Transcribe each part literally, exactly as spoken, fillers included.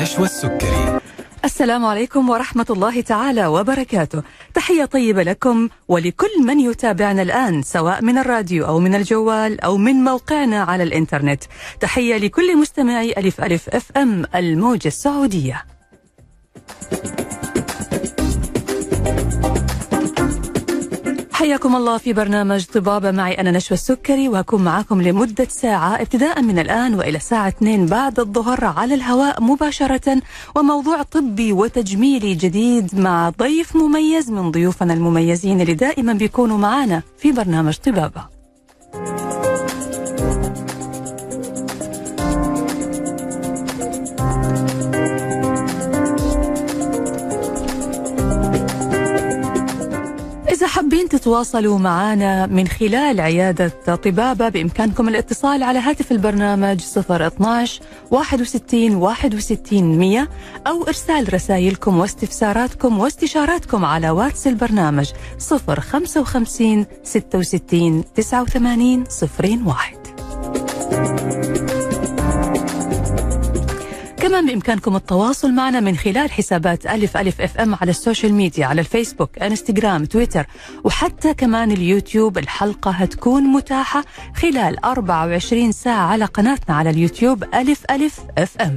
نشوى السكري. السلام عليكم ورحمة الله تعالى وبركاته. تحية طيبة لكم ولكل من يتابعنا الآن سواء من الراديو أو من الجوال أو من موقعنا على الإنترنت. تحية لكل مستمعي ألف ألف اف ام الموجة السعودية. حياكم الله في برنامج طبابة معي أنا نشوى السكري، وأكون معكم لمدة ساعة ابتداء من الآن وإلى الساعة اثنين بعد الظهر على الهواء مباشرة، وموضوع طبي وتجميلي جديد مع ضيف مميز من ضيوفنا المميزين اللي دائما بيكونوا معنا في برنامج طبابة. إذا حابين تتواصلوا معنا من خلال عيادة طبابة بإمكانكم الاتصال على هاتف البرنامج صفر اثناش واحد وستين واحد وستين مية، أو إرسال رسائلكم واستفساراتكم واستشاراتكم على واتس البرنامج صفر خمسة وخمسين ستة وستين تسعة وثمانين صفرين واحد. كمان بإمكانكم التواصل معنا من خلال حسابات ألف ألف اف ام على السوشيال ميديا، على الفيسبوك، انستغرام، تويتر، وحتى كمان اليوتيوب. الحلقة هتكون متاحة خلال أربعة وعشرين ساعة على قناتنا على اليوتيوب ألف ألف اف ام.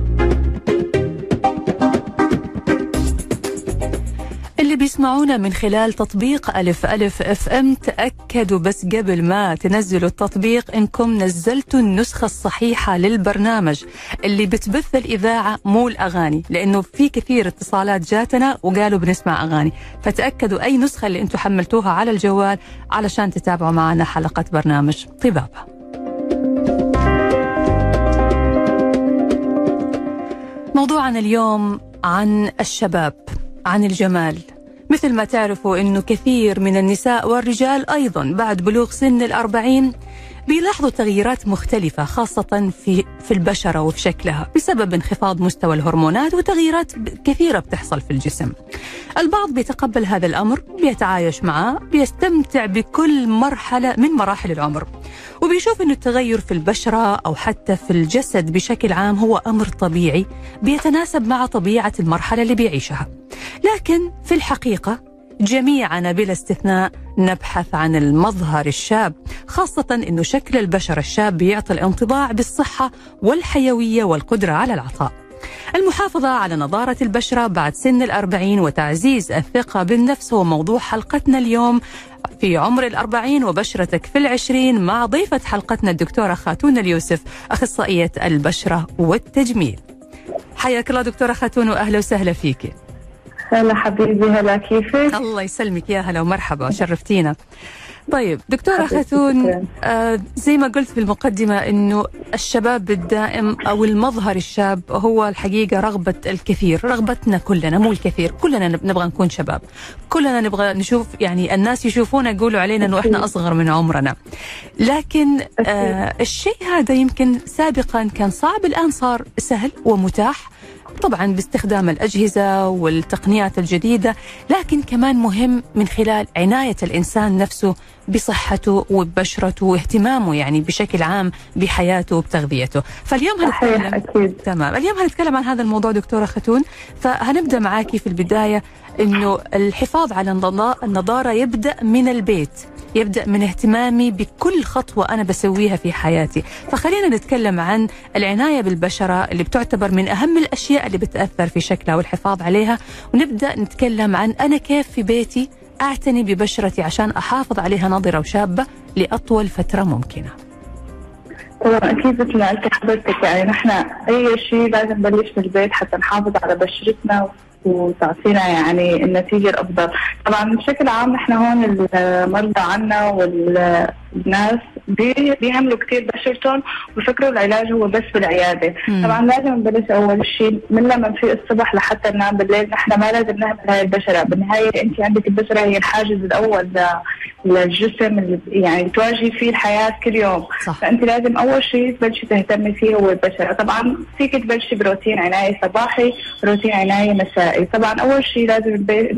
اللي بيسمعونا من خلال تطبيق ألف ألف اف ام، تأكدوا بس قبل ما تنزلوا التطبيق إنكم نزلتوا النسخة الصحيحة للبرنامج اللي بتبث الإذاعة مو الأغاني، لأنه في كثير اتصالات جاتنا وقالوا بنسمع أغاني، فتأكدوا أي نسخة اللي أنتم حملتوها على الجوال علشان تتابعوا معنا حلقة برنامج طبابة. موضوعنا اليوم عن الشباب، عن الجمال. مثل ما تعرفوا إنه كثير من النساء والرجال أيضا بعد بلوغ سن الأربعين بيلاحظوا تغييرات مختلفة، خاصة في في البشرة وفي شكلها بسبب انخفاض مستوى الهرمونات وتغييرات كثيرة بتحصل في الجسم. البعض بيتقبل هذا الأمر، بيتعايش معه، بيستمتع بكل مرحلة من مراحل العمر، وبيشوف إنه التغير في البشرة أو حتى في الجسد بشكل عام هو أمر طبيعي بيتناسب مع طبيعة المرحلة اللي بيعيشها. لكن في الحقيقة جميعنا بلا استثناء نبحث عن المظهر الشاب، خاصة إنه شكل البشرة الشاب بيعطي الانطباع بالصحة والحيوية والقدرة على العطاء. المحافظة على نضارة البشرة بعد سن الأربعين وتعزيز الثقة بالنفس هو موضوع حلقتنا اليوم في عمر الأربعين وبشرتك في العشرين، مع ضيفة حلقتنا الدكتورة خاتون اليوسف، أخصائية البشرة والتجميل. حياك الله دكتورة خاتون وأهلا وسهلا فيك. هلا حبيبي، هلا كيفك؟ الله يسلمك، يا هلا ومرحبا، شرفتينا. طيب دكتورة خاتون، آه زي ما قلت في المقدمة إنه الشباب الدائم أو المظهر الشاب هو الحقيقة رغبة الكثير، رغبتنا كلنا مو الكثير، كلنا نبغى نكون شباب، كلنا نبغى نشوف يعني الناس يشوفونا يقولوا علينا إنه إحنا أصغر من عمرنا. لكن آه الشيء هذا يمكن سابقا كان صعب، الآن صار سهل ومتاح طبعا باستخدام الأجهزة والتقنيات الجديدة، لكن كمان مهم من خلال عناية الإنسان نفسه بصحته وببشرته واهتمامه يعني بشكل عام بحياته وبتغذيته. فاليوم هنتكلم أكيد. تمام اليوم هنتكلم عن هذا الموضوع دكتورة خاتون. فهنبدأ معاكي في البداية إنه الحفاظ على النضارة يبدأ من البيت، يبدأ من اهتمامي بكل خطوة أنا بسويها في حياتي. فخلينا نتكلم عن العناية بالبشرة اللي بتعتبر من أهم الأشياء اللي بتأثر في شكلها والحفاظ عليها، ونبدأ نتكلم عن أنا كيف في بيتي أعتني ببشرتي عشان أحافظ عليها نضرة وشابة لأطول فترة ممكنة. طبعا أكيد مثل ما قلت حضرتك، يعني نحن أي شيء لازم نبلش من البيت حتى نحافظ على بشرتنا وتعطينا يعني النتيجة الأفضل. طبعا بشكل عام نحن هون المرضى عنا والناس بيهملوا كتير بشرتهم وفكروا العلاج هو بس بالعيادة. مم. طبعا لازم نبلش أول شيء من لما نفيق الصبح لحتى ننام بالليل، نحن ما لازم نهمل هاي البشرة. بالنهاية أنت عندك البشرة هي الحاجز الأول للجسم اللي يعني تواجهي فيه الحياة كل يوم. صح. فأنت لازم أول شيء تبلشي تهتمي فيه هو البشرة. طبعا فيك تبلشي بروتين عناية صباحي، روتين عناية مسائي. طبعا أول شيء لازم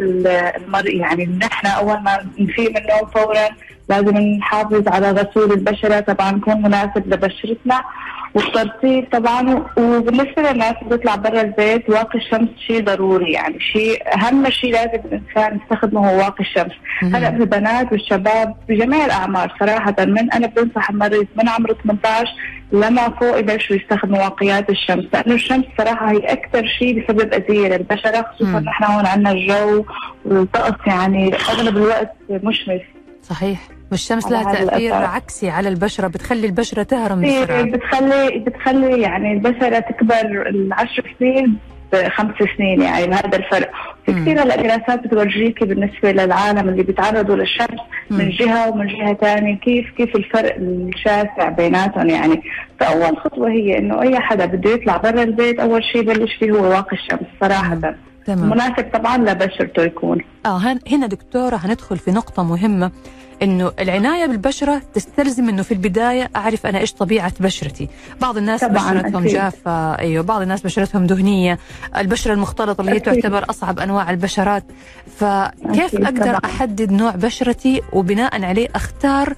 المرء يعني نحن أول ما نفيق من النوم فورا لازم نحافظ على غسول البشرة، طبعا يكون مناسب لبشرتنا. والترطيب طبعا. وبالنسبه للناس اللي بتطلع برا البيت، واقي الشمس شيء ضروري، يعني شيء اهم شيء لازم الانسان يستخدمه هو واقي الشمس. هلا البنات والشباب بجميع الاعمار صراحه، من انا بنصح المريض من عمره ثمانية عشر لما فوق يبلشوا يستخدموا واقيات الشمس، لانه الشمس صراحه هي اكثر شيء بسبب اذيه للبشره، خصوصا نحن هون عندنا الجو والطقس يعني اغلب الوقت مشمس. صحيح، والشمس لها تأثير عكسي على البشرة، بتخلي البشرة تهرم بسرعة، بتخلي بتخلي يعني البشرة تكبر العشر سنين بخمس سنين، يعني بهذا الفرق. في كثير هلا دراسات بتورجيكي بالنسبة للعالم اللي بيتعرضوا للشمس من جهة ومن جهة ثانية كيف كيف الفرق الشاسع بيناتهم يعني. فأول خطوة هي إنه أي حدا بده يطلع برا البيت أول شيء بلش فيه هو واقي الشمس صراحة. تمام. مناسب طبعا لبشرته يكون. اه هنا دكتورة هندخل في نقطة مهمة، انه العناية بالبشرة تستلزم انه في البداية اعرف انا ايش طبيعة بشرتي. بعض الناس بشرتهم جافة، ايوه، بعض الناس بشرتهم دهنية، البشرة المختلطة اللي هي أكيد. تعتبر اصعب انواع البشرات. فكيف أكيد اقدر طبعا. احدد نوع بشرتي وبناء عليه اختار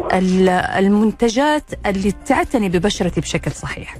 المنتجات اللي تعتني ببشرتي بشكل صحيح؟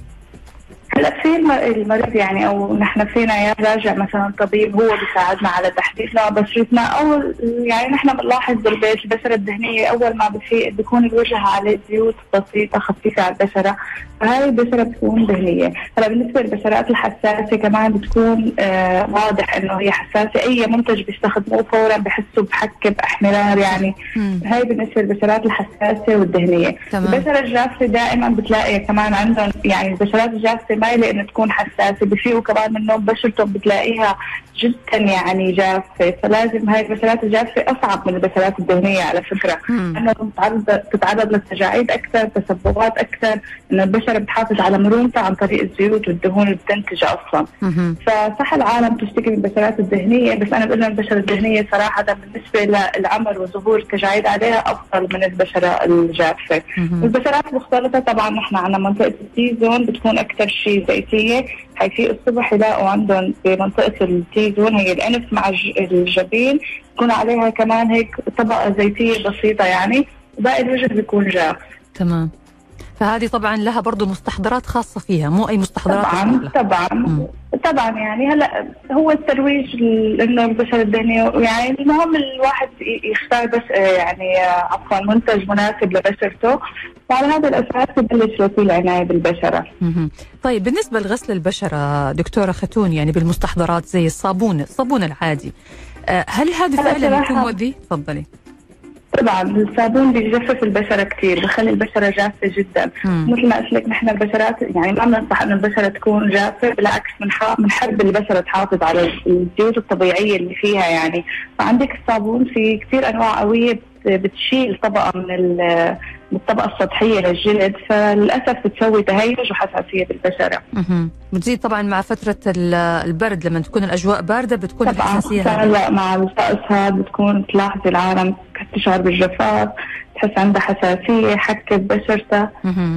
هلا في المريض يعني او نحن فينا يراجع مثلا طبيب هو بيساعدنا على تحديد نوع بشرتنا، او يعني نحن بنلاحظ بالبيت البشره الدهنيه اول ما بتفيق بيكون الوجه عليه زيوت بسيطه خفيفه على البشره، فهي البشره بتكون دهنيه. هلا بالنسبه للبشرات الحساسه كمان بتكون آه واضح انه هي حساسه، اي منتج بيستخدموه فورا بحسوا بحك باحمرار يعني. هاي بالنسبه للبشرات الحساسه والدهنيه. تمام. البشره الجافه دائما بتلاقي كمان عندهم يعني البشرات الجافه مايله انه تكون حساسه، بفيقوا كمان من النوم بشرتهم بتلاقيها جدا يعني جافه، فلازم هاي البشرات الجافه اصعب من البشرات الدهنيه على فكره، انه تتعرض تتعرض للتجاعيد اكثر، تسببات اكثر، انه البشره بتحافظ على مرونتها عن طريق الزيوت والدهون اللي بتنتج اصلا. فصح العالم تشتكي من البشرات الدهنيه، بس انا بقول لهم البشره الدهنيه صراحه بالنسبه للعمر وظهور التجاعيد عليها افضل من البشره الجافه. البشرات المختلطه طبعا نحن عندنا منطقه التي زون بتكون اكثر شيء زيتيه، حيفيق الصبح يلاقوا عندهم بمنطقه التي زون هي الانف مع الجبين يكون عليها كمان هيك طبقه زيتيه بسيطه يعني، وباقي الوجه بيكون جاف. تمام. فهذه طبعا لها برضه مستحضرات خاصه فيها، مو اي مستحضرات طبعا طبعا مم. طبعا يعني هلا هو الترويج انه البشره الدهنيه يعني المهم الواحد يختار بس يعني عفوا منتج مناسب لبشرته، وعلى هذا الاساس يبلش روتين العنايه بالبشره. مم. طيب بالنسبه لغسل البشره دكتوره ختون يعني بالمستحضرات زي الصابون الصابون العادي، هل هذا فعلا يكون مؤذي؟ تفضلي. طبعا الصابون بيجفف البشره كثير، بخلي البشره جافه جدا. مم. مثل ما قلت لك نحن البشرات يعني ما بننصح انه البشره تكون جافه، بالعكس بنحب البشره تحافظ على الزيوت الطبيعيه اللي فيها يعني. فعندك الصابون في كثير انواع قويه بتشيل طبقه من من الطبقه السطحيه للجلد، فللاسف بتسوي تهيج وحساسيه بالبشره. اها بتزيد طبعا مع فتره البرد، لما تكون الاجواء بارده بتكون الحساسيه. طبعا لا مع الطقس هذا بتكون تلاحظي العالم تشعر بالجفاف، تحس عندها حساسيه، حكه ببشرتها.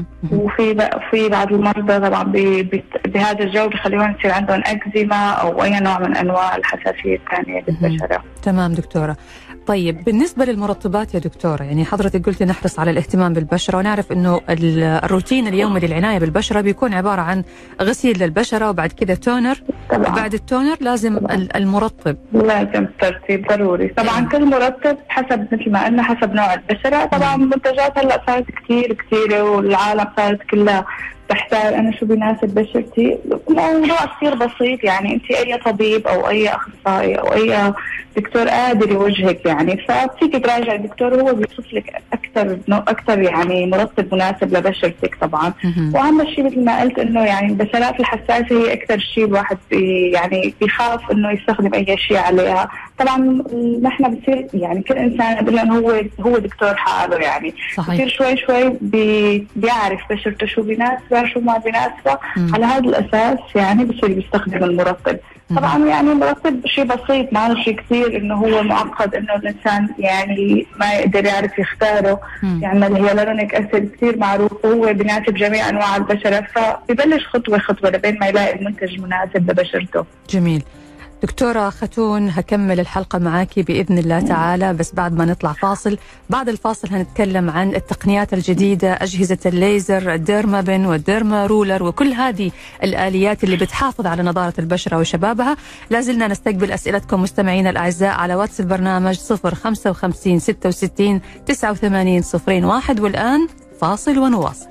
وفي في بعض المرضى طبعا بهذا الجو بخليهم يصير عندهم اكزيما او اي نوع من انواع الحساسيه الثانيه بالبشره. تمام دكتوره. طيب بالنسبة للمرطبات يا دكتورة، يعني حضرتك قلتي نحرص على الاهتمام بالبشرة، ونعرف انه الروتين اليومي للعناية بالبشرة بيكون عبارة عن غسيل للبشرة وبعد كذا تونر، طبعا. بعد التونر لازم طبعا. المرطب لازم ترتيب ضروري طبعا. كل مرطب حسب مثل ما قلنا حسب نوع البشرة. طبعا المنتجات هلا صارت كثير كثيرة والعالم صارت كلها تحتار انا شو بيناسب بشرتي. الموضوع كثير بسيط يعني، انت اي طبيب او اي اخصائي او اي دكتور قادر يوجهك يعني، ففيك تراجع الدكتور هو بيوصف لك اكثر اكثر يعني مرطب مناسب لبشرتك طبعا. واهم شيء مثل ما قلت انه يعني البشرات الحساسه هي اكثر شيء الواحد بي يعني بيخاف انه يستخدم اي شيء عليها. طبعا نحن بصير يعني كل انسان بقول انه هو هو دكتور حاله يعني، بصير شوي شوي بي بيعرف بشرته شو بيناسبه شو ما بيناسبه، على هذا الاساس يعني بصير بيستخدم المرطب. طبعا يعني المرطب شيء بسيط، ما له شيء كثير انه هو معقد انه الانسان يعني ما يقدر يعرف يختاره. يعمل هيالورونيك اسيد كثير معروف وهو بيناسب جميع انواع البشره، فبيبلش خطوه خطوه لبين ما يلاقي المنتج المناسب لبشرته. جميل. دكتورة خاتون، هكمل الحلقة معاكي بإذن الله تعالى، بس بعد ما نطلع فاصل. بعد الفاصل هنتكلم عن التقنيات الجديدة، أجهزة الليزر، الديرمابين والديرما رولر، وكل هذه الآليات اللي بتحافظ على نضارة البشرة وشبابها. لازلنا نستقبل أسئلتكم مستمعينا الأعزاء على واتس البرنامج صفر خمسة وخمسين ستة وستين تسعة وثمانين صفرين واحد. والآن فاصل ونواصل.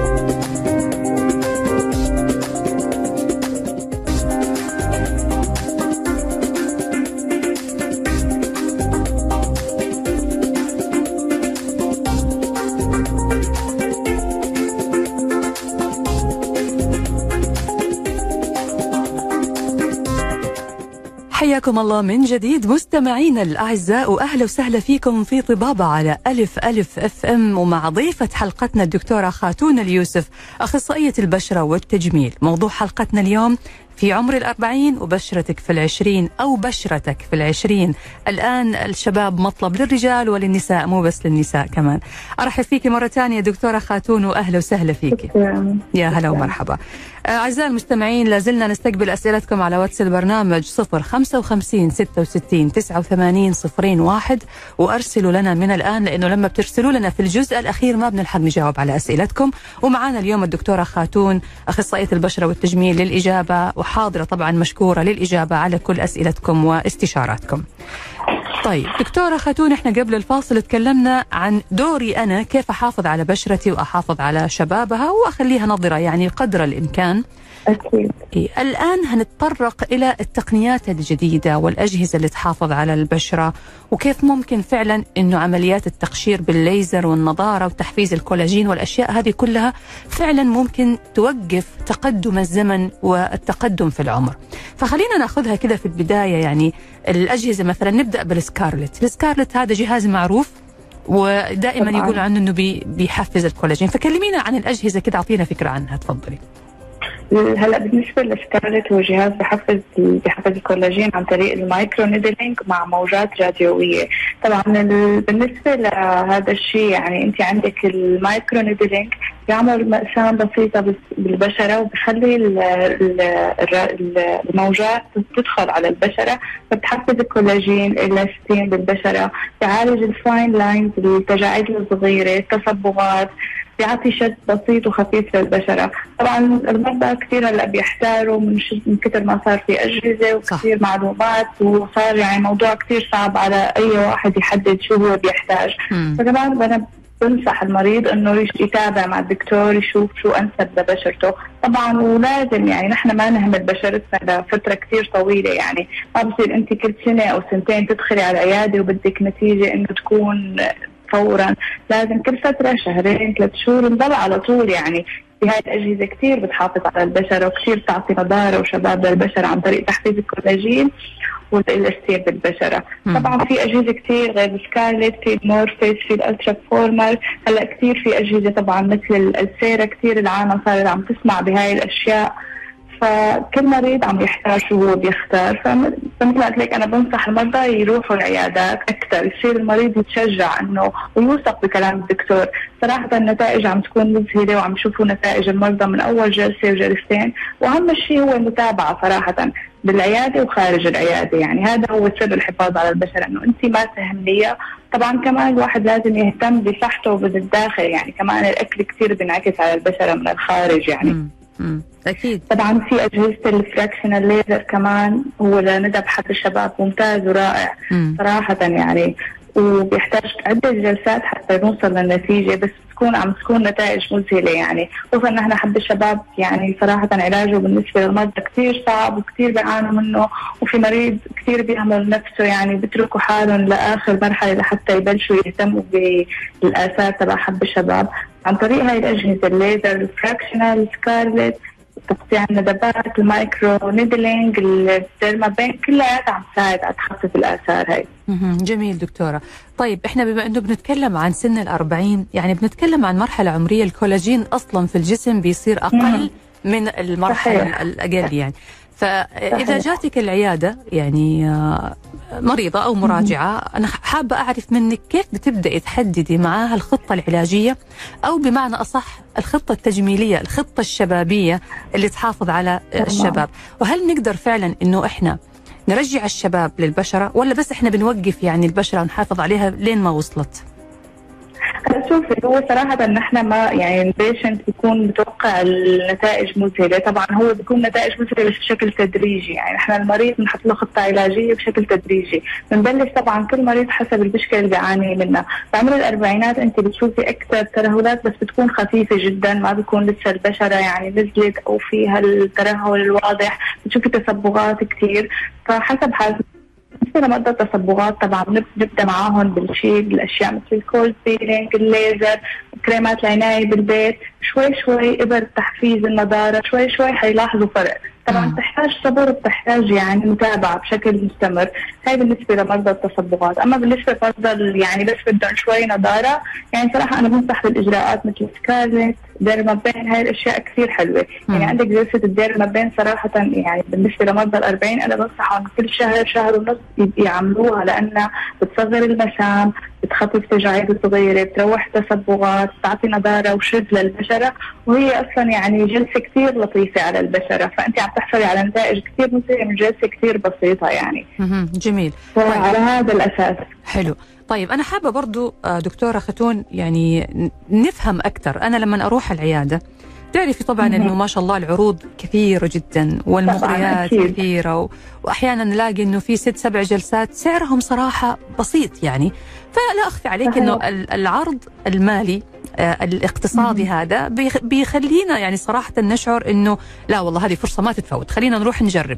حياكم الله من جديد مستمعينا الأعزاء، وأهلا وسهلا فيكم في طبابة على ألف ألف اف ام، ومع ضيفة حلقتنا الدكتورة خاتون اليوسف، أخصائية البشرة والتجميل. موضوع حلقتنا اليوم: في عمر الأربعين وبشرتك في العشرين، أو بشرتك في العشرين. الآن الشباب مطلب للرجال وللنساء، مو بس للنساء كمان. أرحب فيك مرة ثانية دكتورة خاتون، وأهلا وسهلا فيك. يا هلا ومرحبا. أعزائي المستمعين، لازلنا نستقبل أسئلتكم على واتس البرنامج صفر خمسة وخمسين ستة وستين تسعة وثمانين صفرين واحد، وأرسلوا لنا من الآن، لأنه لما بترسلوا لنا في الجزء الأخير ما بنلحق نجاوب على أسئلتكم. ومعنا اليوم الدكتورة خاتون، أخصائية البشرة والتجميل، للإجابة، وحاضرة طبعا مشكورة للإجابة على كل أسئلتكم واستشاراتكم. طيب دكتورة خاتون، احنا قبل الفاصل تكلمنا عن دوري أنا، كيف أحافظ على بشرتي وأحافظ على شبابها وأخليها نظرة يعني قدر الإمكان. أكيد. إيه. الآن هنتطرق إلى التقنيات الجديدة والأجهزة اللي تحافظ على البشرة، وكيف ممكن فعلا إنه عمليات التقشير بالليزر والنضارة وتحفيز الكولاجين والأشياء هذه كلها فعلا ممكن توقف تقدم الزمن والتقدم في العمر. فخلينا ناخذها كده في البداية. يعني الأجهزة مثلا نبدأ بالسكارلت. السكارلت هذا جهاز معروف ودائما طبعاً يقول عنه إنه بي بيحفز الكولاجين. فكلمينا عن الأجهزة كده، أعطينا فكرة عنها، تفضلي. هلا بالنسبه للسكارلت، هو جهاز بحفز بحفز الكولاجين عن طريق المايكرو نيدلينج مع موجات راديويه. طبعا بالنسبه لهذا الشيء، يعني انت عندك المايكرو نيدلينج بيعمل مأساة بسيطه بالبشره، وبخلي الموجات تدخل على البشره، فبتحفز الكولاجين الاستين بالبشره، تعالج الفاين لاينز، التجاعيد الصغيره، التصبغات، بيعطي شد بسيط وخفيف للبشرة. طبعا المرضى كثير هلا بيحتاروا من, من كثر ما صار في أجهزة وكثير معلومات، وصار يعني موضوع كثير صعب على أي واحد يحدد شو هو بيحتاج. فكمان أنا بنصح المريض إنه يتابع مع الدكتور، يشوف شو أنسب لبشرته. طبعا ولازم يعني نحن ما نهمل بشرتنا لفترة كثير طويلة، يعني ما بصير أنت كل سنة أو سنتين تدخلي على العيادة وبدك نتيجة إنه تكون فورا. لازم كل فترة، شهرين، ثلاث شهور، نضل على طول. يعني في هاي الأجهزة كتير بتحافظ على البشرة، وكتير تعطي نضارة وشباب للبشرة عن طريق تحفيز الكولاجين والاستير بالبشرة. طبعا في أجهزة كتير غير السكارلت، في المورفيس، في الألترا فورمر. هلا كتير في أجهزة طبعا مثل السيرة، كتير العالم صارت عم تسمع بهاي الأشياء، فكل مريض عم يحتاج شو هو بيختار. فمثل ما قلت لك، انا بنصح المرضى يروحوا العيادات اكثر، يصير المريض يتشجع انه ويوثق بكلام الدكتور. صراحه النتائج عم تكون مذهله، وعم يشوفوا نتائج المرضى من اول جلسه وجلستين. واهم شيء هو المتابعه صراحه بالعياده وخارج العياده. يعني هذا هو سر الحفاظ على البشره، انه انت ما تهمليه. طبعا كمان الواحد لازم يهتم بصحته من الداخل، يعني كمان الاكل كثير بينعكس على البشره من الخارج يعني. مم. أكيد. طبعا في أجهزة الفراكشنال ليزر كمان، هو لندى حتى الشباب ممتاز ورائع. مم. صراحة يعني، وبيحتاج عدة جلسات حتى نوصل للنتيجة، بس تكون عم تكون نتائج مذهلة. يعني خصوصا ان احنا حب الشباب، يعني صراحة علاجه بالنسبة للمرضى كثير صعب وكثير بيعانوا منه، وفي مريض كثير بيهمل نفسه، يعني بيتركوا حالهم لآخر مرحلة لحتى يبلشوا يهتموا بالآثار تبع حب الشباب. عن طريق هاي الأجهزة الليزر، الفراكشنال، سكارلت، تقطيع الندبات، المايكرو نيدلينج، الديرمابين، كلها عم تساعد على تخفيف الآثار هاي. جميل دكتورة. طيب احنا بما انه بنتكلم عن سن الأربعين، يعني بنتكلم عن مرحلة عمرية الكولاجين أصلا في الجسم بيصير أقل مم. من المرحلة صحيح. الأقل يعني. فإذا جاتك العيادة يعني مريضة أو مراجعة، أنا حابة أعرف منك كيف بتبدأي تحددي معاها الخطة العلاجية، أو بمعنى أصح الخطة التجميلية، الخطة الشبابية اللي تحافظ على الشباب. وهل نقدر فعلا أنه إحنا نرجع الشباب للبشرة، ولا بس احنا بنوقف يعني البشرة ونحافظ عليها لين ما وصلت؟ شوفي، هو صراحة ان احنا ما يعني البيشنت بيكون متوقع النتائج مذهلة. طبعا هو بيكون نتائج مذهلة بس بشكل تدريجي، يعني احنا المريض بنحط له خطة علاجية بشكل تدريجي. بنبلش طبعا كل مريض حسب المشكلة اللي بيعاني منها. بعمر الاربعينات انت بتشوفي اكثر ترهلات بس بتكون خفيفة جدا، ما بيكون لسه البشرة يعني نزلت او فيها الترهل الواضح، بتشوفي تصبغات كثير. فحسب حالة لما بدأ تصبغات طبعا نبدأ معاهم بالشيء بالاشياء مثل الكولد بيلينج، الليزر، كريمات العناية بالبيت، شوي شوي ابر تحفيز النضارة، شوي شوي حيلاحظوا فرق. طبعا بتحتاج صبر وبتحتاج يعني متابعة بشكل مستمر. هاي بالنسبة لمرضى التصبغات. أما بالنسبة لمرضى يعني بس بدهم شوي نضارة، يعني صراحة أنا بنصح بالإجراءات مثل سكارلت، ديرمابين، هاي الأشياء كثير حلوة. مم. يعني عندك جلسة الديرمابين صراحة يعني بالنسبة لمرضى الأربعين أنا بنصحهم كل شهر شهر ونص يعملوها، لأنها بتصغر المسام، بتخفف تجاعيد صغيرة، بتروح تصبغات، بتعطي نضارة وشد للبشرة، وهي أصلا يعني جلسة كثير لطيفة على البشرة. فأنت عم تحصلي على نتائج كثير مثيرة من جلسة كثير بسيطة يعني. جميل. على هذا الأساس. حلو. طيب أنا حابة برضو دكتورة ختون يعني نفهم أكثر. أنا لما أروح العيادة تعرفي طبعا مم. انه ما شاء الله العروض كثيرة جدا والمغريات كثيرة و... واحيانا نلاقي انه في ست سبع جلسات سعرهم صراحة بسيط يعني. فلا اخفي عليك انه العرض المالي آه الاقتصادي مم. هذا بيخ... بيخلينا يعني صراحة نشعر انه لا والله هذه فرصة ما تتفوت، خلينا نروح نجرب.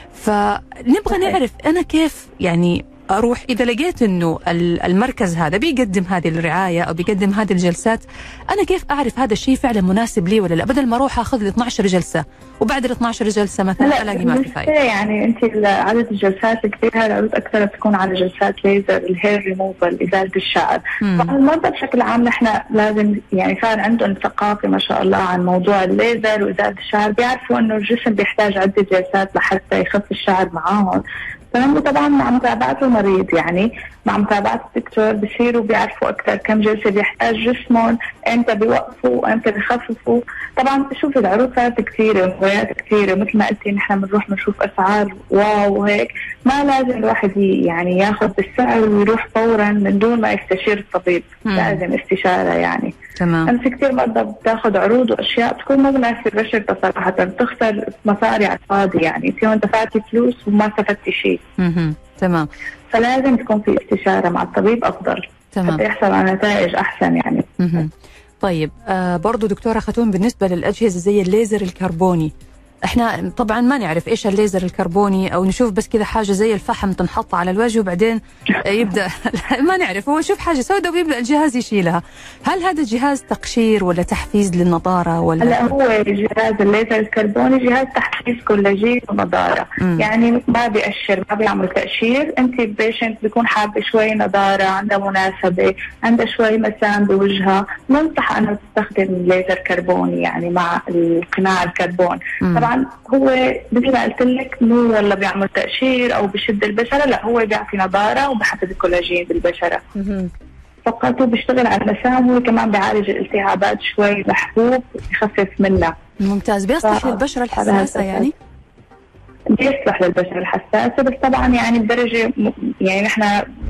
فنبغى نعرف انا كيف يعني أروح إذا لقيت إنه المركز هذا بيقدم هذه الرعاية أو بيقدم هذه الجلسات، أنا كيف أعرف هذا الشيء فعلا مناسب لي ولا لا، بدل ما أروح أخذ لي اثنتي عشرة جلسة وبعد ال اثنتي عشرة جلسة مثلا ألاقي ما في فايدة. يعني أنت عدد الجلسات كثير، هاي العروض أكثر بتكون على جلسات ليزر، الهير ريموفال، إزالة الشعر. فالمرضى بشكل عام نحن لازم يعني صار عندهم ثقافة ما شاء الله عن موضوع الليزر وإزالة الشعر، بيعرفوا إنه الجسم بيحتاج عدة جلسات لحتى يخف الشعر معاهم. فهم طبعا مع متابعة المريض يعني مع متابعة الدكتور بصيروا بيعرفوا أكثر كم جلسة بيحتاج جسمهم، إمتى بيوقفوا وإمتى بيخففوا. طبعا شوفي العروض صارت كثيرة ومغريات كثيرة، مثل ما قلتي نحن بنروح بنشوف أسعار واو وهيك، ما لازم الواحد يعني ياخذ بالسعر ويروح فورا من دون ما يستشير الطبيب. مم. لازم استشارة يعني. تمام. أنا في كثير مرضى بتاخذ عروض وأشياء بتكون ما مناسبة بشرتها صراحة، بتخسر مصاري على الفاضي يعني، انت هون دفعتي فلوس وما استفدتي شيء. اها تمام. فلازم تكون في استشارة مع الطبيب أفضل. تمام. حتى يحصل على نتائج أحسن يعني. اها طيب آه برضو دكتورة ختون بالنسبة للأجهزة زي الليزر الكربوني، احنا طبعا ما نعرف ايش الليزر الكربوني، او نشوف بس كذا حاجه زي الفحم تنحط على الوجه وبعدين يبدا ما نعرف، هو يشوف حاجه سوداء ويبدا الجهاز يشيلها. هل هذا جهاز تقشير ولا تحفيز للنضاره ولا؟ لا، هو جهاز الليزر الكربوني جهاز تحفيز كولاجين ونضاره. م. يعني ما بيقشر، ما بيعمل تقشير. انت البيشنت بيكون حابه شوي نضاره، عندها مناسبه، عندها شوي مسام بوجهها، ننصح انه تستخدم ليزر كربوني يعني مع القناع الكربون. م. طبعا هو مثل ما قلت لك مو والله بيعمل تقشير او بشد البشره، لا هو بيعطي نضاره وبحفز الكولاجين بالبشره. فقط هو بيشتغل على المسام، هو كمان بيعالج الالتهابات شوي بحبوب يخفف منها. ممتاز. بيصلح ف... للبشره الحساسه يعني؟ بيصلح للبشره الحساسه، بس طبعا يعني بدرجه يعني نحن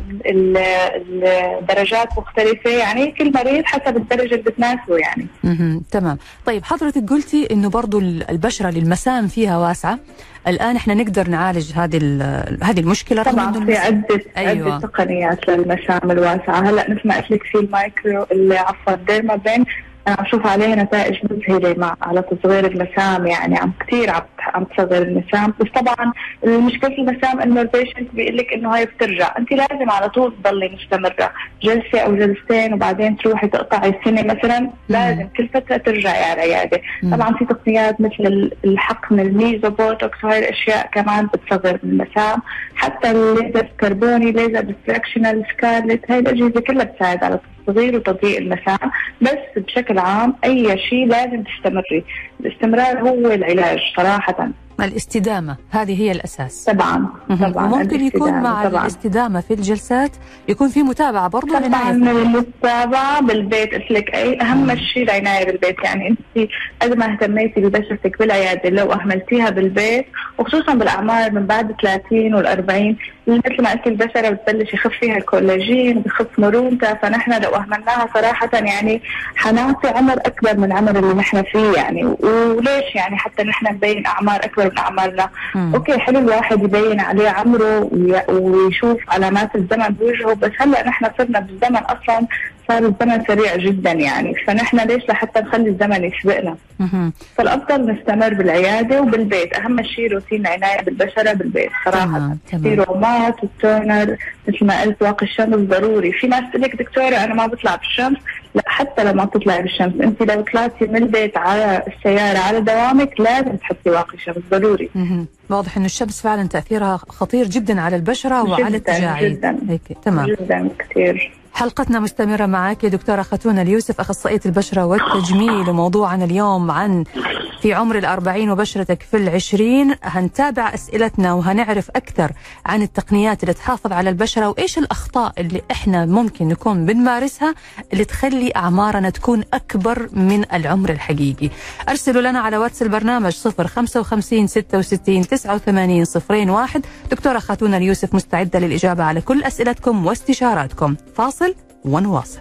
الدرجات مختلفه يعني، كل مريض حسب الدرجه اللي بتناسبه يعني. اها تمام. طيب حضرتك قلتي انه برضو البشره للمسام فيها واسعه، الان احنا نقدر نعالج هذه هذه المشكله طبعا في عده أيوة. عده تقنيات للمسام الواسعه. هلا مثل ما قلت لك في المايكرو اللي عفوا الديرمابين، أنا عم شوف عليها نتائج مذهلة مع على تصغير المسام، يعني عم كثير عم عم تصغر المسام. بس طبعا المشكلة في المسام إنه البيشنت بيقول لك إنه هاي بترجع، أنت لازم على طول تضلي مستمرة جلسة أو جلستين وبعدين تروحي تقطعي السنة مثلا، لازم كل فترة ترجعي على العيادة. طبعا في تقنيات مثل الحقن الميزو بوتوكس، هاي الأشياء كمان بتصغر المسام. حتى الليزر الكربوني، ليزر ديفراكشنال، سكارلت، هاي الأجهزة كلها بتساعد على التصغير وتضييق المسام. بس بشكل عام أي شيء لازم تستمري، الاستمرار هو العلاج صراحة. الاستدامة هذه هي الأساس. طبعا طبعا. ممكن يكون مع طبعاً. الاستدامة في الجلسات يكون في متابعة برضو. طبعا المتابعة بالبيت قلت لك أي أهم شيء العناية بالبيت. يعني أنت قد ما اهتميتي ببشرتك بالعيادة لو أهملتيها بالبيت، وخصوصا بالأعمار من بعد ثلاثين والأربعين مثل ما قلت البشرة بتبلش يخف فيها الكولاجين بخف مرونتها، فنحن لو أهملناها صراحة يعني حنعطي عمر أكبر من عمر اللي نحن فيه. يعني وليش يعني حتى نحن نبين أعمار أكبر من أعمارنا. مم. أوكي حلو الواحد يبين عليه عمره ويشوف علامات الزمن بوجهه، بس هلأ نحن صرنا بالزمن أصلا صار الزمن سريع جدا يعني، فنحن ليش لحتى نخلي الزمن يسبقنا. مم. فالأفضل نستمر بالعيادة وبالبيت. أهم شيء روتين العناية بالبشرة بالبيت صراحة. السيرومات والتونر مثل ما قلت، واقي الشمس ضروري. في ناس تقول لك دكتورة أنا ما بطلع بالشمس، لا حتى لما تطلعي بالشمس انت لو طلعتي من البيت على السيارة على دوامك لازم تحطي واقي شمس ضروري. مم. واضح انه الشمس فعلا تأثيرها خطير جدا على البشرة وعلى التجاعيد. جدا هيك تمام جدا كثير. حلقتنا مستمرة معك يا دكتورة خاتون اليوسف، أخصائية البشرة والتجميل، وموضوعنا اليوم عن في عمر الأربعين وبشرتك في العشرين. هنتابع أسئلتنا وهنعرف أكثر عن التقنيات اللي تحافظ على البشرة، وإيش الأخطاء اللي إحنا ممكن نكون بنمارسها اللي تخلي أعمارنا تكون أكبر من العمر الحقيقي. أرسلوا لنا على واتس البرنامج صفر خمسة وخمسين ستة وستين تسعة وثمانين صفرين واحد. دكتورة خاتون اليوسف مستعدة للإجابة على كل أسئلتكم واستشاراتكم. فاصل ونواصل.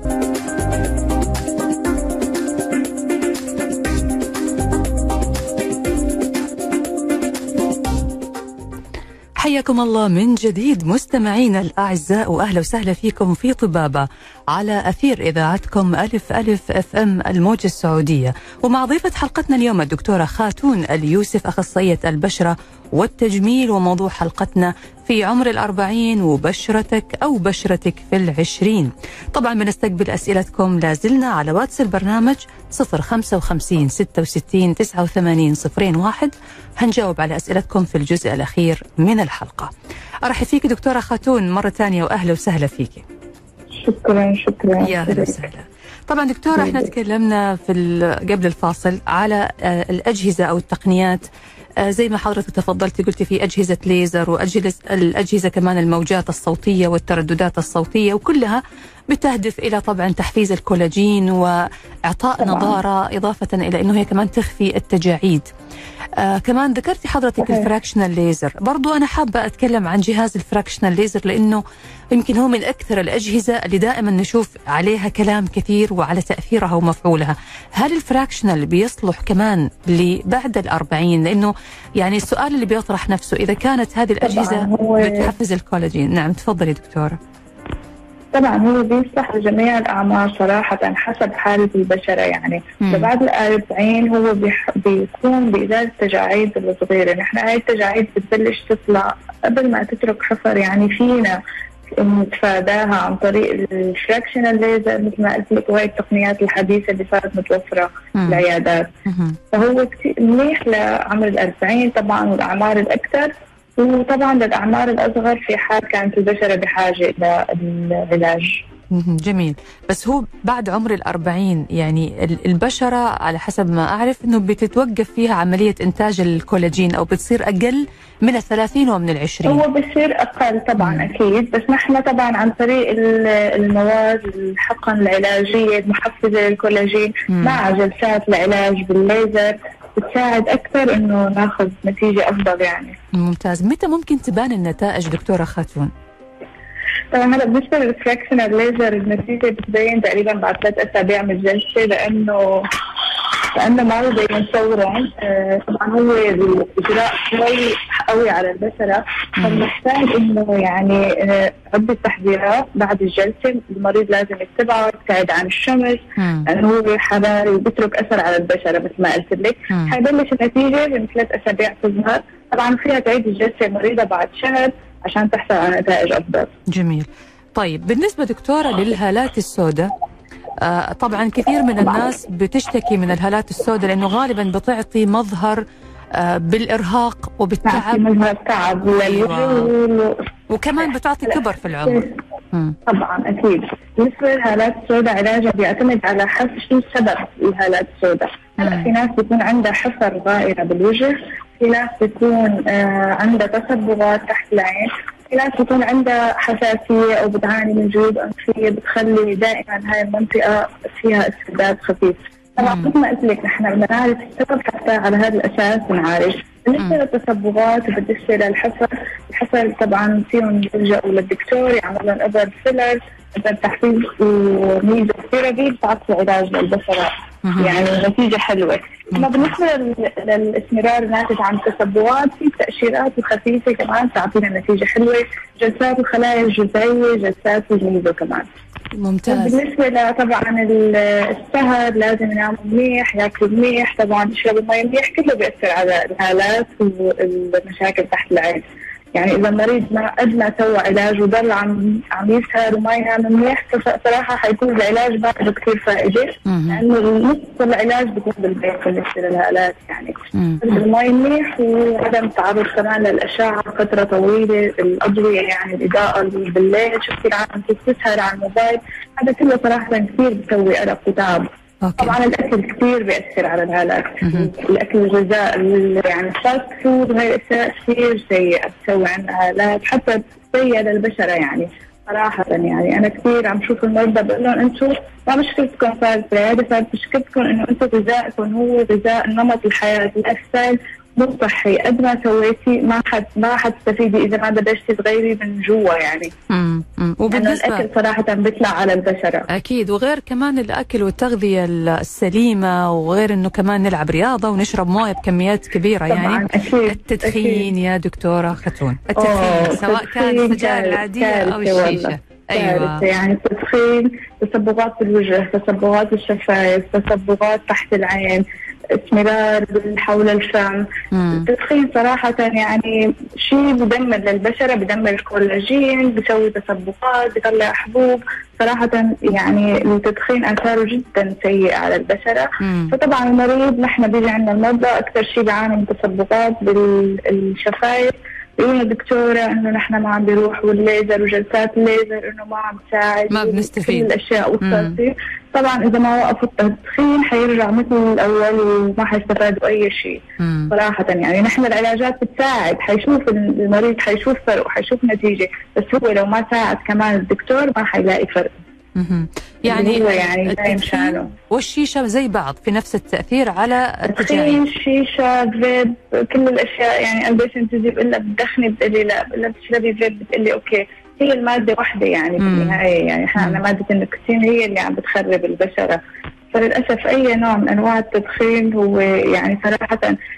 حياكم الله من جديد مستمعينا الأعزاء، وأهلا وسهلا فيكم في طبابة على أثير إذاعتكم ألف ألف اف ام الموجة السعودية، ومع ضيفة حلقتنا اليوم الدكتورة خاتون اليوسف، أخصائية البشرة والتجميل، وموضوع حلقتنا في عمر الأربعين وبشرتك أو بشرتك في العشرين. طبعا بنستقبل أسئلتكم لازلنا على واتس البرنامج صفر خمسة وخمسين ستة وستين تسعة وثمانين صفرين واحد. هنجاوب على أسئلتكم في الجزء الأخير من الحلقة. أرحب فيك دكتورة خاتون مرة ثانية وأهلا وسهلا فيك. شكرا شكرا يا أهلا وسهلا. طبعا دكتورة احنا تكلمنا في قبل الفاصل على الأجهزة أو التقنيات، زي ما حضرتك تفضلتي قلتي في أجهزة ليزر وأجهزة الأجهزة كمان الموجات الصوتية والترددات الصوتية، وكلها بتهدف إلى طبعا تحفيز الكولاجين وإعطاء طبعا نضارة، إضافة إلى أنه هي كمان تخفي التجاعيد. آه كمان ذكرتي حضرتك الفراكشنال ليزر، برضو أنا حابة أتكلم عن جهاز الفراكشنال ليزر لأنه يمكن هو من أكثر الأجهزة اللي دائما نشوف عليها كلام كثير وعلى تأثيرها ومفعولها. هل الفراكشنال بيصلح كمان لبعد الأربعين؟ لأنه يعني السؤال اللي بيطرح نفسه إذا كانت هذه الأجهزة بتحفز الكولاجين. نعم تفضلي دكتورة. طبعا هو بيصلح لجميع الأعمار صراحة حسب حالة البشرة. يعني بعد الأربعين هو بيكون بإزالة التجاعيد الصغيرة. نحن هاي التجاعيد بتبلش تطلع قبل ما تترك حفر، يعني فينا نتفاداها عن طريق الفراكشنال ليزر مثل ما قلت لك، وهي التقنيات الحديثة اللي صارت متوفرة في العيادات. فهو كثير منيح لعمر الأربعين طبعا والأعمار الأكثر، وطبعا للأعمار الأصغر في حال كانت البشرة بحاجة إلى العلاج. جميل. بس هو بعد عمر الأربعين يعني البشرة على حسب ما أعرف أنه بتتوقف فيها عملية إنتاج الكولاجين أو بتصير أقل من الثلاثين ومن العشرين. هو بصير أقل طبعا. مم. أكيد. بس نحن طبعا عن طريق المواد الحقن العلاجية المحفزة للكولاجين مم. مع جلسات العلاج بالليزر بتساعد أكثر إنه ناخذ نتيجة أفضل يعني. ممتاز. متى ممكن تبان النتائج دكتورة خاتون؟ طبعا هلا بالنسبة للفراكشنال ليزر النتيجة بتبين تقريبا بعد ثلاث أسابيع من الجلسة، لأنه لأنه ما يبين فورا. آه طبعا هو الإجراء شوي قوي على البشرة، فبنحتاج إنه يعني آه عدة تحذيرات بعد الجلسة. المريض لازم يتبعه، يبتعد عن الشمس لأنه هو حراري وبيترك أثر على البشرة مثل ما قلت لك. حيبلش النتيجة من ثلاث أسابيع تظهر. طبعا فيها تعيد الجلسة المريضة بعد شهر عشان تحصل على نتائج أفضل. جميل. طيب بالنسبة دكتورة للهالات السوداء، آه طبعا كثير من الناس بتشتكي من الهالات السوداء لأنه غالبا بتعطي مظهر آه بالإرهاق وبالتعب. مظهر تعب أيوة. وكمان بتعطي كبر في العمر. طبعا أكيد. بالنسبة للهالات السوداء علاجها بيعتمد على حسب شو سبب الهالات السوداء. هلا في ناس بيكون عندها حفر غائرة بالوجه، في ناس بتكون آه عندها تصبغات تحت العين، في ناس بتكون عندها حساسية أو بتعاني من جيوب أنفية بتخلي دائما هاي المنطقة فيها اسوداد خفيف. طبعا مثل ما قلت لك نحن بدنا نعرف السبب حتى على هذا الأساس نعالج. بالنسبة للتصبغات وبالنسبة للحفر، الحفر طبعا فيهم يلجأوا للدكتور يعمل لهم إبر فيلر، إبر تحفيز وميزو ثيرابي بتعطي علاج للبشرة يعني نتيجة حلوة. أما بالنسبة للإسمرار الناتج عن التصبغات في تأشيرات خفيفة كمان تعطينا نتيجة حلوة، جلسات الخلايا الجذعية، جلسات الميزو كمان. ممتاز. بالنسبة طبعا السهر لازم ينام منيح، ياكل منيح، طبعا يشرب المي منيح، كله بيأثر على الهالات والمشاكل تحت العين. يعني إذا المريض ما قد ما سوى علاج وضل عم عم يسهر وما ينام منيح صراحة حيكون العلاج ما له كثير فائدة، لأنه نص العلاج بيكون بالبيت بالنسبة للهالات يعني. المي منيح وعدم التعرض كمان للأشعة فترة طويلة، الأضوية يعني الإضاءة بالليل، شو كثير عم تسهر على الموبايل، هذا كله صراحة كثير بيسوي أرق وتعب. أوكي. طبعا الاكل كثير بياثر على الهالات، الاكل الغذاء يعني الفاست فود وهي الاشياء كثير سيئه بتسوي عنا هالات، حتى سيئه للبشره يعني صراحه. يعني انا كثير عم شوف المرضى بقول لهم انتم ما مشكلتكم صارت بالعياده، صارت مشكلتكم انه انتم غذائكم هو غذاء نمط الحياه، اللايف ستايل مو صحي، قد ما سويتي ما حد ما حتستفيدي اذا ما بدشتي تغيري من جوا يعني. امم وبالنسبه الاكل صراحه بيطلع على البشره. اكيد، وغير كمان الاكل والتغذيه السليمه، وغير انه كمان نلعب رياضه ونشرب مويه بكميات كبيره يعني. أكيد. التدخين أكيد. يا دكتوره ختون، التدخين سواء كان السجائر العاديه او الشيشه. ايوه يعني التدخين، تصبغات بالوجه، تصبغات بالشفايف، تصبغات تحت العين، اسمرار حول الفم. التدخين صراحة يعني شيء بدمر للبشرة، بدمر الكولاجين، بيسوي تصبغات، بيطلع حبوب. صراحة يعني التدخين آثاره جدا سيئة على البشرة. مم. فطبعا المريض نحن بيجي عندنا المرضى أكثر شيء بيعاني من تصبغات بالشفايف، بيقولوا الدكتورة إنه نحن ما عم بيروح، والليزر وجلسات الليزر إنه ما عم تساعد، ما بنستفيد كل الأشياء والتصير. طبعا إذا ما وقفوا التدخين حيرجع مثل الأول وما حيستفادوا أي شيء. مم. صراحة يعني نحن العلاجات بتساعد، حيشوف المريض حيشوف فرق وحيشوف نتيجة، بس هو لو ما ساعد كمان الدكتور ما حيلاقي فرق. مم. يعني هو يعني التدخين والشيشة زي بعض في نفس التأثير على التجاعيد. الشيشة، فيب، كل الأشياء يعني البيشنت تجي بقول لها بتدخني، بتقلي لا، بقول لها بتشربي فيب، بتقلي أوكي. هي المادة واحدة يعني في النهاية، يعني احنا مادة النيكوتين هي اللي عم بتخرب البشرة. فللأسف أي نوع من أنواع التدخين هو يعني صراحة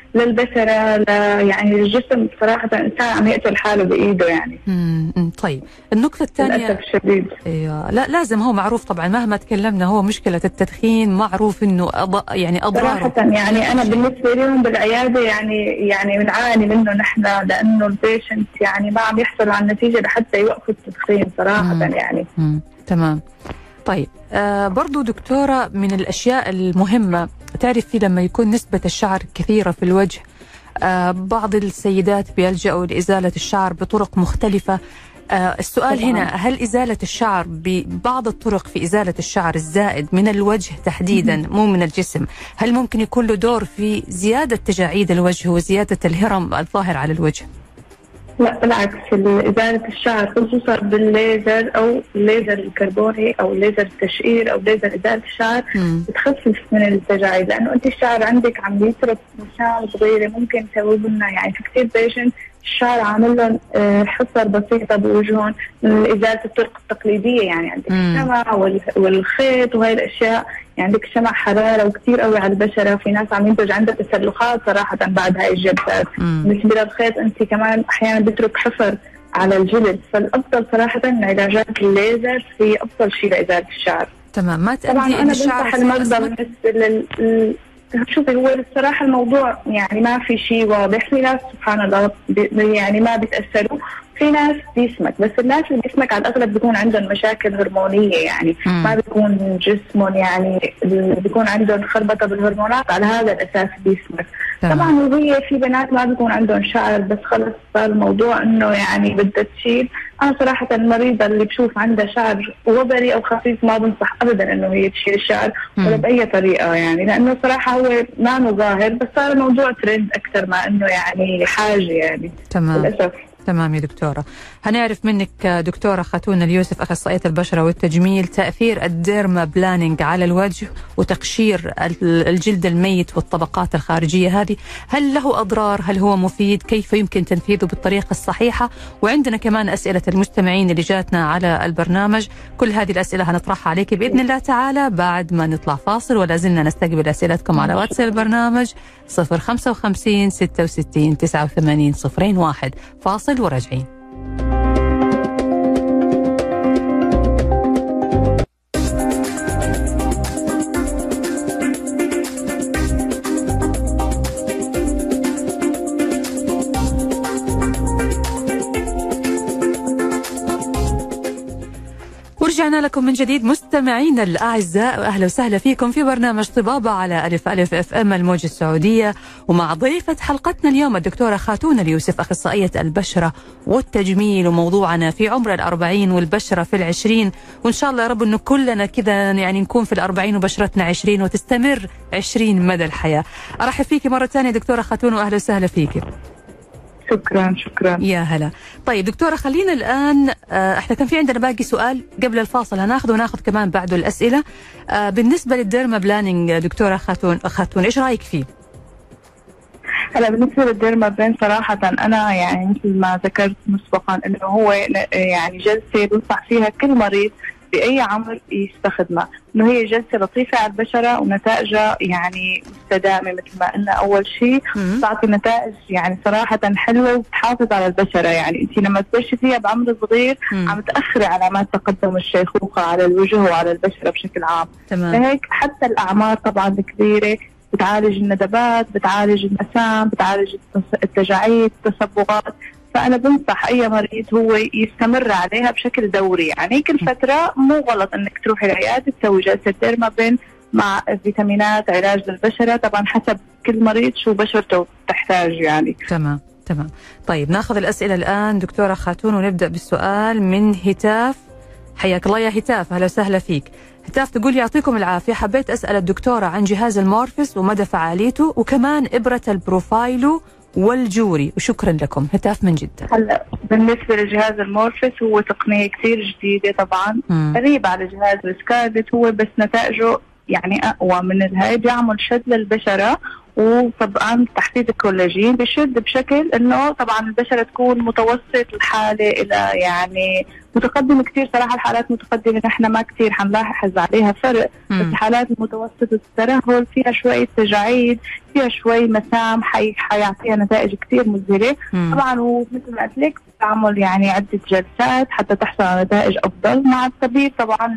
للبشرة لا يعني الجسم صراحة إنسان عم يقتل حاله بإيده يعني. امم طيب النقطة الثانية للأسف الشديد. ايوه لا لازم، هو معروف طبعا مهما تكلمنا، هو مشكلة التدخين معروف إنه أض... يعني أضراره. صراحة يعني أنا بالنسبة لهم بالعيادة يعني يعني بنعاني منه نحن، لأنه البيشنت يعني ما عم يحصل على النتيجة لحتى يوقفوا التدخين صراحة. مم. يعني. مم. تمام. طيب آه برضو دكتورة، من الأشياء المهمة تعرفي لما يكون نسبة الشعر كثيرة في الوجه، آه بعض السيدات بيلجأوا لإزالة الشعر بطرق مختلفة. آه السؤال طبعا. هنا، هل إزالة الشعر ببعض الطرق في إزالة الشعر الزائد من الوجه تحديدا مو من الجسم، هل ممكن يكون له دور في زيادة تجاعيد الوجه وزيادة الهرم الظاهر على الوجه؟ لا بالعكس، إزالة الشعر خصوصا بالليزر أو الليزر الكربوني أو الليزر التشقير أو ليزر إزالة الشعر بتخفف من التجاعيد، لأنه أنت الشعر عندك عم يترك مسام صغيرة ممكن تسبب لنا يعني في كثير بيشنت الشعر عامل لهم حفر بسيطة بوجههم من إزالة الطرق التقليدية. يعني عندك الشمع والخيط وهي الأشياء، يعني عندك شمع حرارة وكثير قوي على البشرة، في ناس عم ينتج عندها تسلخات صراحة بعد هاي الجلسات. بالنسبة للخيط أنت كمان أحيانا بترك حفر على الجلد، فالأفضل صراحة علاجات الليزر هي أفضل شيء لإزالة الشعر. تمام. ما تأدي طبعا أنا بنصح المرضى بالنسبة لل شوفي هو الصراحة الموضوع يعني ما في شيء واضح، في ناس سبحان الله يعني ما بيتأثروا، في ناس بيسمك، بس الناس اللي بيسمك على الأغلب بيكون عندهم مشاكل هرمونية يعني مم. ما بيكون جسمهم يعني بيكون عندهم خربطة بالهرمونات، على هذا الأساس بيسمك. طبعا وهي في بنات ما بيكون عندهم شعر بس خلص صار الموضوع إنه يعني بدها تشيل، أنا صراحة المريضة اللي بشوف عندها شعر وبري أو خفيف ما بنصح أبدا إنه هي تشيل الشعر ولا بأي طريقة، يعني لأنه صراحة هو ما ظاهر، بس صار الموضوع ترند أكثر ما إنه يعني حاجة يعني. تمام للأسف. تمام يا دكتورة. هنعرف منك دكتورة خاتون اليوسف أخصائية البشرة والتجميل تأثير الديرما بلانينج على الوجه وتقشير الجلد الميت والطبقات الخارجية هذه، هل له أضرار؟ هل هو مفيد؟ كيف يمكن تنفيذه بالطريقة الصحيحة؟ وعندنا كمان أسئلة المستمعين اللي جاتنا على البرنامج، كل هذه الأسئلة هنطرحها عليك بإذن الله تعالى بعد ما نطلع فاصل، ولا زلنا نستقبل أسئلتكم على واتس البرنامج صفر خمسة وخمسين ستة وستين تسعة وثمانين صفرين واحد. فاصل وراجعين. ورجعنا لكم من جديد مستمعينا الأعزاء، وأهلا وسهلا فيكم في برنامج طبابة على ألف ألف اف ام الموجة السعودية، ومع ضيفة حلقتنا اليوم الدكتورة خاتون اليوسف أخصائية البشرة والتجميل، وموضوعنا في عمر الأربعين والبشرة في العشرين، وإن شاء الله يا رب إنه كلنا كذا يعني نكون في الأربعين وبشرتنا عشرين وتستمر عشرين مدى الحياة. أرحب فيكي مرة ثانية دكتورة خاتون وأهلا وسهلا فيكي. شكرا شكرا يا هلا. طيب دكتورة خلينا الآن آه احنا كان في عندنا باقي سؤال قبل الفاصل هناخذه وناخذ كمان بعده الأسئلة. آه بالنسبة للديرما بلانينج دكتورة خاتون خاتون ايش رأيك فيه؟ هلا بالنسبة للديرما بلان صراحة أنا يعني مثل ما ذكرت مسبقا إنه هو يعني جلسة بنصح فيها كل مريض بأي عمر يستخدمها، إنه هي جلسة لطيفة على البشرة ونتائجها يعني مستدامة مثل ما قلنا أول شيء، تعطي نتائج يعني صراحة حلوة وتحافظ على البشرة. يعني أنت لما تبلشي فيها بعمر صغير مم. عم تأخري علامات تقدم الشيخوخة على الوجه وعلى البشرة بشكل عام. فهيك حتى الأعمار طبعا الكبيرة بتعالج الندبات، بتعالج المسام، بتعالج التجاعيد، التصبغات. فأنا بنصح أي مريض هو يستمر عليها بشكل دوري، يعني كل فترة مو غلط أنك تروحي العيادة تسوي جلسة ديرما بين مع فيتامينات علاج للبشرة، طبعا حسب كل مريض شو بشرته تحتاج يعني. تمام تمام. طيب ناخذ الأسئلة الآن دكتورة خاتون، ونبدأ بالسؤال من هتاف. حياك الله يا هتاف، أهلا وسهلا فيك. هتاف تقول يعطيكم العافية، حبيت أسأل الدكتورة عن جهاز المورفس ومدى فعاليته وكمان إبرة البروفايلو والجوري، وشكرا لكم. هتاف من جدة. هلا بالنسبة لجهاز المورفس هو تقنية كثير جديدة طبعا، قريب على جهاز السكارلت هو، بس نتائجه يعني أقوى من الهاي، بيعمل شد للبشرة وطبعا تحديد الكولاجين، بشد بشكل انه طبعا البشرة تكون متوسط الحالة الى يعني متقدم كثير. صراحة الحالات متقدمة نحن ما كثير حنلاحظ عليها فرق، بس الحالات المتوسط الترهل فيها شوية تجاعيد، فيها شوي مسام، حي حيعطيها نتائج كثير مذهلة. طبعا ومثل ما قلت لك تعمل يعني عدة جلسات حتى تحصل على نتائج أفضل مع الطبيب طبعا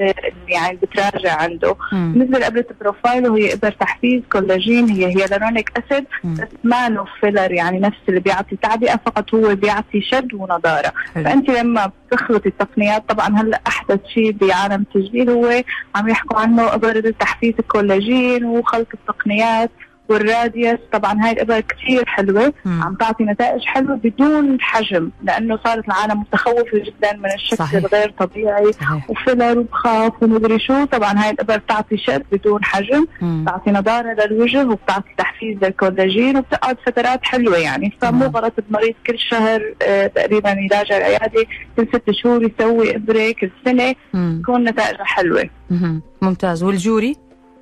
يعني بتراجع عنده. بالنسبة لإبرة البروفايل وهي إبر تحفيز كولاجين، هي هيالورونيك أسيد بس ما له فيلر، يعني نفس اللي بيعطي تعبئة، فقط هو بيعطي شد ونضارة. فأنت لما بتخلط التقنيات، طبعا هلا أحدث شيء بعالم التجميل هو عم يحكوا عنه إبر تحفيز الكولاجين وخلط التقنيات والراديوس. طبعا هاي الإبر كتير حلوة، مم. عم تعطي نتائج حلوة بدون حجم، لأنه صارت العالم متخوفة جدا من الشكل صحيح. الغير طبيعي صحيح. وفيلر وبخاف ومدري شو. طبعا هاي الإبر بتعطي شد بدون حجم، مم. بتعطي نضارة للوجه وبتعطي تحفيز للكولاجين وبتقعد فترات حلوة يعني. فمو غلط المريض كل شهر آه تقريبا يراجع العيادة، كل ست شهور يسوي إبرة، كل سنة تكون نتائجها حلوة. مم. ممتاز. والجوري؟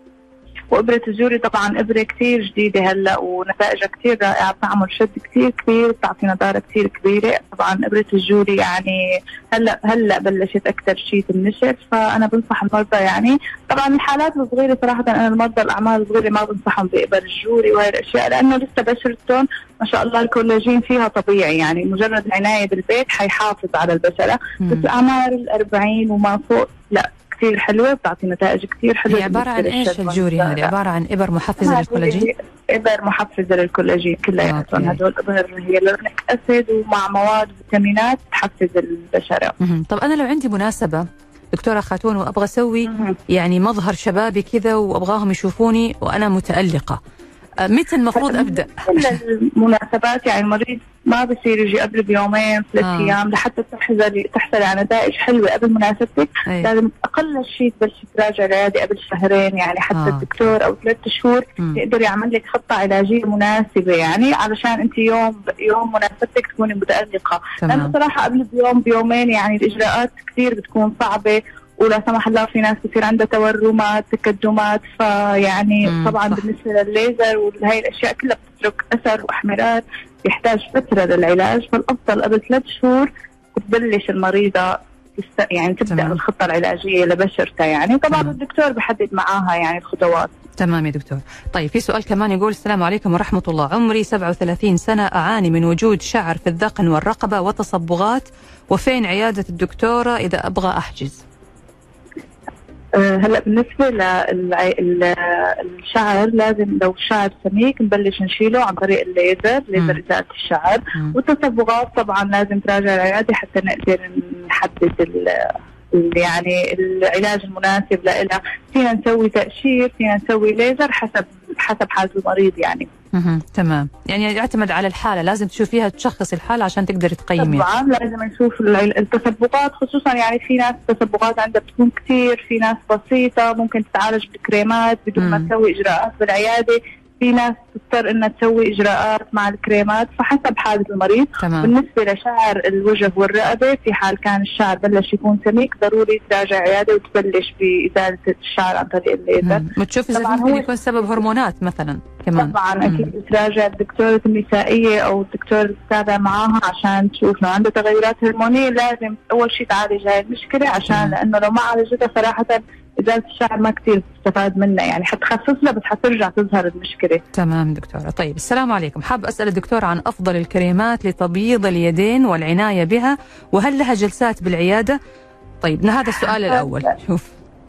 وإبرة الجوري طبعا إبرة كتير جديدة هلا ونتائجها كتير رائعة، بتعمل شد كتير كبير، بتعطي نضارة كتير كبيرة. طبعا إبرة الجوري يعني هلا هلا بلشت أكثر شيء تنشر، فأنا بنصح المرضى يعني طبعا الحالات الصغيرة صراحة، أنا المرضى الأعمال الصغيرة ما بنصحهم بإبر الجوري وهي الأشياء، لأنه لسه بشرتهم ما شاء الله الكولاجين فيها طبيعي، يعني مجرد العناية بالبيت حيحافظ على البشرة. بس الأعمار الأربعين وما فوق لا كثير حلوة، بتعطي نتائج كثير حلوة. هي عبارة عن ايش الجوري هذه؟ عبارة عن إبر محفزة للكولاجين؟ إبر محفزة للكولاجين كلياتهم، هدول إبر هي لونك أسيد ومع مواد فيتامينات تحفز البشرة. طب أنا لو عندي مناسبة دكتورة خاتون وأبغى أسوي يعني مظهر شبابي كذا وأبغاهم يشوفوني وأنا متألقة، متى المفروض أبدأ؟ كل المناسبات يعني المريض ما بصير يجي قبل بيومين ثلاث آه. أيام لحتى تحصل تحصل على نتائج حلوة قبل مناسبتك. أي. لازم أقل شيء تبلش تراجع العيادة قبل شهرين يعني حتى آه. الدكتور أو ثلاث شهور م. يقدر يعمل لك خطة علاجية مناسبة يعني علشان أنت يوم يوم مناسبتك تكوني متألقة. لأنه صراحة قبل بيوم بيومين يعني الإجراءات كثير بتكون صعبة، ولا سمح الله في ناس بصير عندها تورمات تكدمات، فيعني طبعا صح. بالنسبة للليزر وهي الأشياء كلها بتترك أثر وأحمرات يحتاج فترة للعلاج. فالأفضل قبل ثلاث شهور تبلش المريضة يعني تبدأ تمام. الخطة العلاجية لبشرتها يعني طبعا تمام. الدكتور بحدد معاها يعني الخطوات. تمام يا دكتور. طيب في سؤال كمان يقول السلام عليكم ورحمة الله، عمري سبعة وثلاثين سنة، أعاني من وجود شعر في الذقن والرقبة وتصبغات، وفين عيادة الدكتورة إذا أبغى أحجز؟ هلا بالنسبه للشعر لازم لو الشعر سميك نبلش نشيله عن طريق الليزر، ليزر ازاله الشعر. والتصبغات طبعا لازم تراجع العياده حتى نقدر نحدد يعني العلاج المناسب لها. فينا نسوي تقشير، فينا نسوي ليزر حسب حسب حالة المريض يعني. اها تمام، يعني يعتمد على الحالة، لازم تشوفيها تشخص الحالة عشان تقدر تقيمي. طبعا لازم نشوف التصبغات، خصوصا يعني في ناس التصبغات عندها بتكون كثير، في ناس بسيطة ممكن تتعالج بالكريمات بدون ما تسوي إجراءات بالعيادة، في ناس تضطر انها تسوي اجراءات مع الكريمات، فحسب حالة المريض. تمام. بالنسبة لشعر الوجه والرقبة، في حال كان الشعر بلش يكون سميك ضروري تراجع عيادة وتبلش بإزالة الشعر عن طريق الليزر. وتشوف إذا ممكن يكون سبب هرمونات مثلا كمان. طبعا مم. أكيد تراجع الدكتورة النسائية أو الدكتور اللي تتابع معاها عشان تشوف لو عنده تغيرات هرمونية. لازم أول شيء تعالج هاي المشكلة، عشان مم. لأنه لو ما عالجتها صراحة إزالة الشعر ما كتير تستفاد منها، يعني حتخفف لها بس حترجع تظهر المشكلة. تمام دكتورة. طيب السلام عليكم، حاب أسأل الدكتور عن أفضل الكريمات لتبييض اليدين والعناية بها، وهل لها جلسات بالعيادة؟ طيب هذا السؤال الأول. شوف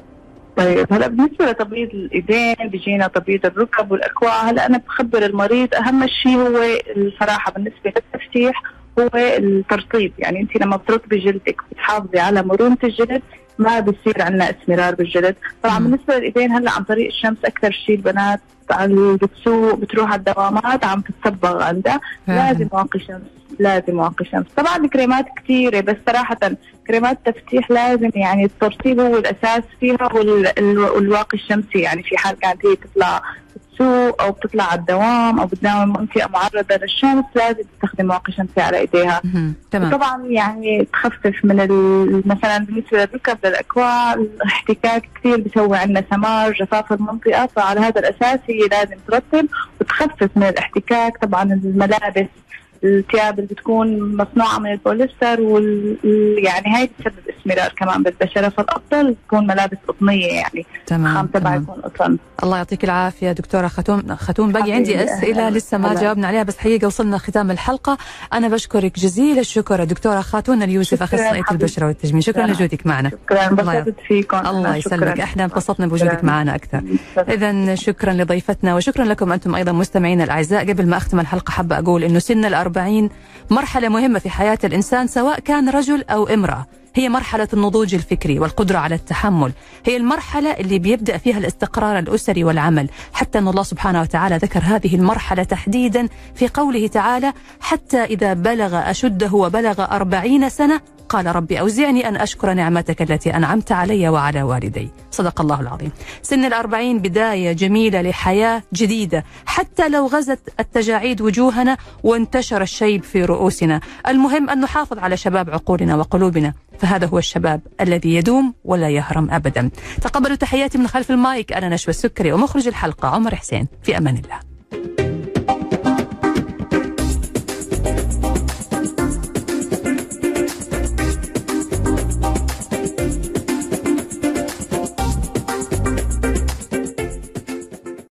طيب هلا بالنسبة لتبييض الإيدين بيجينا تبييض الركب والأكواع. هلا أنا بخبر المريض أهم شيء هو الصراحة بالنسبة للتفتيح هو الترطيب، يعني أنت لما بترطبي جلدك بتحافظي على مرونة الجلد، ما بيصير عندنا اسمرار بالجلد. طبعا مم. بالنسبه للايدين هلا عن طريق الشمس اكثر شيء البنات اللي بتسوق بتروح على الدوامات عم تتصبغ عندها، لازم واقي شمس، لازم واقي شمس. طبعا الكريمات كثيره بس صراحه كريمات التفتيح لازم يعني الترطيب هو الاساس فيها، والواقي الشمسي يعني في حال كانت هي تطلع بتسوق او بتطلع على الدوام او بتداوم منطقه معرضه للشمس لازم تستخدم واقي شمسي على ايديها. تمام. طبعا يعني تخفف من مثلا بالنسبه للركب للاكواع الاحتكاك كثير بيسوي عندنا سمار جفاف المنطقه، فعلى هذا الاساس هي لازم ترطب وتخفف من الاحتكاك. طبعا الملابس الثياب اللي بتكون مصنوعه من البوليستر وال يعني هاي بتسبب اسمرار كمان بالبشره، فالافضل تكون ملابس قطنيه يعني خام تبعها يكون قطن. الله يعطيك العافيه دكتوره ختوم. ختوم باقي عندي اسئله لسه ما جاوبنا عليها، بس حقيقه وصلنا ختام الحلقه. انا بشكرك جزيل الشكر دكتوره خاتون اليوسف، اخصائيه البشره والتجميل. شكرا لوجودك معنا. شكرا، انبسطت فيكم. الله يسلمك، احنا انبسطنا بوجودك معنا اكثر. اذا شكرا لضيفتنا وشكرا لكم انتم ايضا مستمعينا الاعزاء. قبل ما اختم الحلقه حابه اقول انه سن الأربعين مرحلة مهمة في حياة الإنسان سواء كان رجل أو امرأة. هي مرحلة النضوج الفكري والقدرة على التحمل، هي المرحلة اللي بيبدأ فيها الاستقرار الأسري والعمل، حتى أن الله سبحانه وتعالى ذكر هذه المرحلة تحديدا في قوله تعالى: حتى إذا بلغ أشده وبلغ أربعين سنة قال ربي أوزعني أن أشكر نعمتك التي أنعمت علي وعلى والدي. صدق الله العظيم. سن الأربعين بداية جميلة لحياة جديدة، حتى لو غزت التجاعيد وجوهنا وانتشر الشيب في رؤوسنا، المهم أن نحافظ على شباب عقولنا وقلوبنا، فهذا هو الشباب الذي يدوم ولا يهرم أبدا. تقبلوا تحياتي من خلف المايك، أنا نشوى السكري، ومخرج الحلقة عمر حسين. في أمان الله.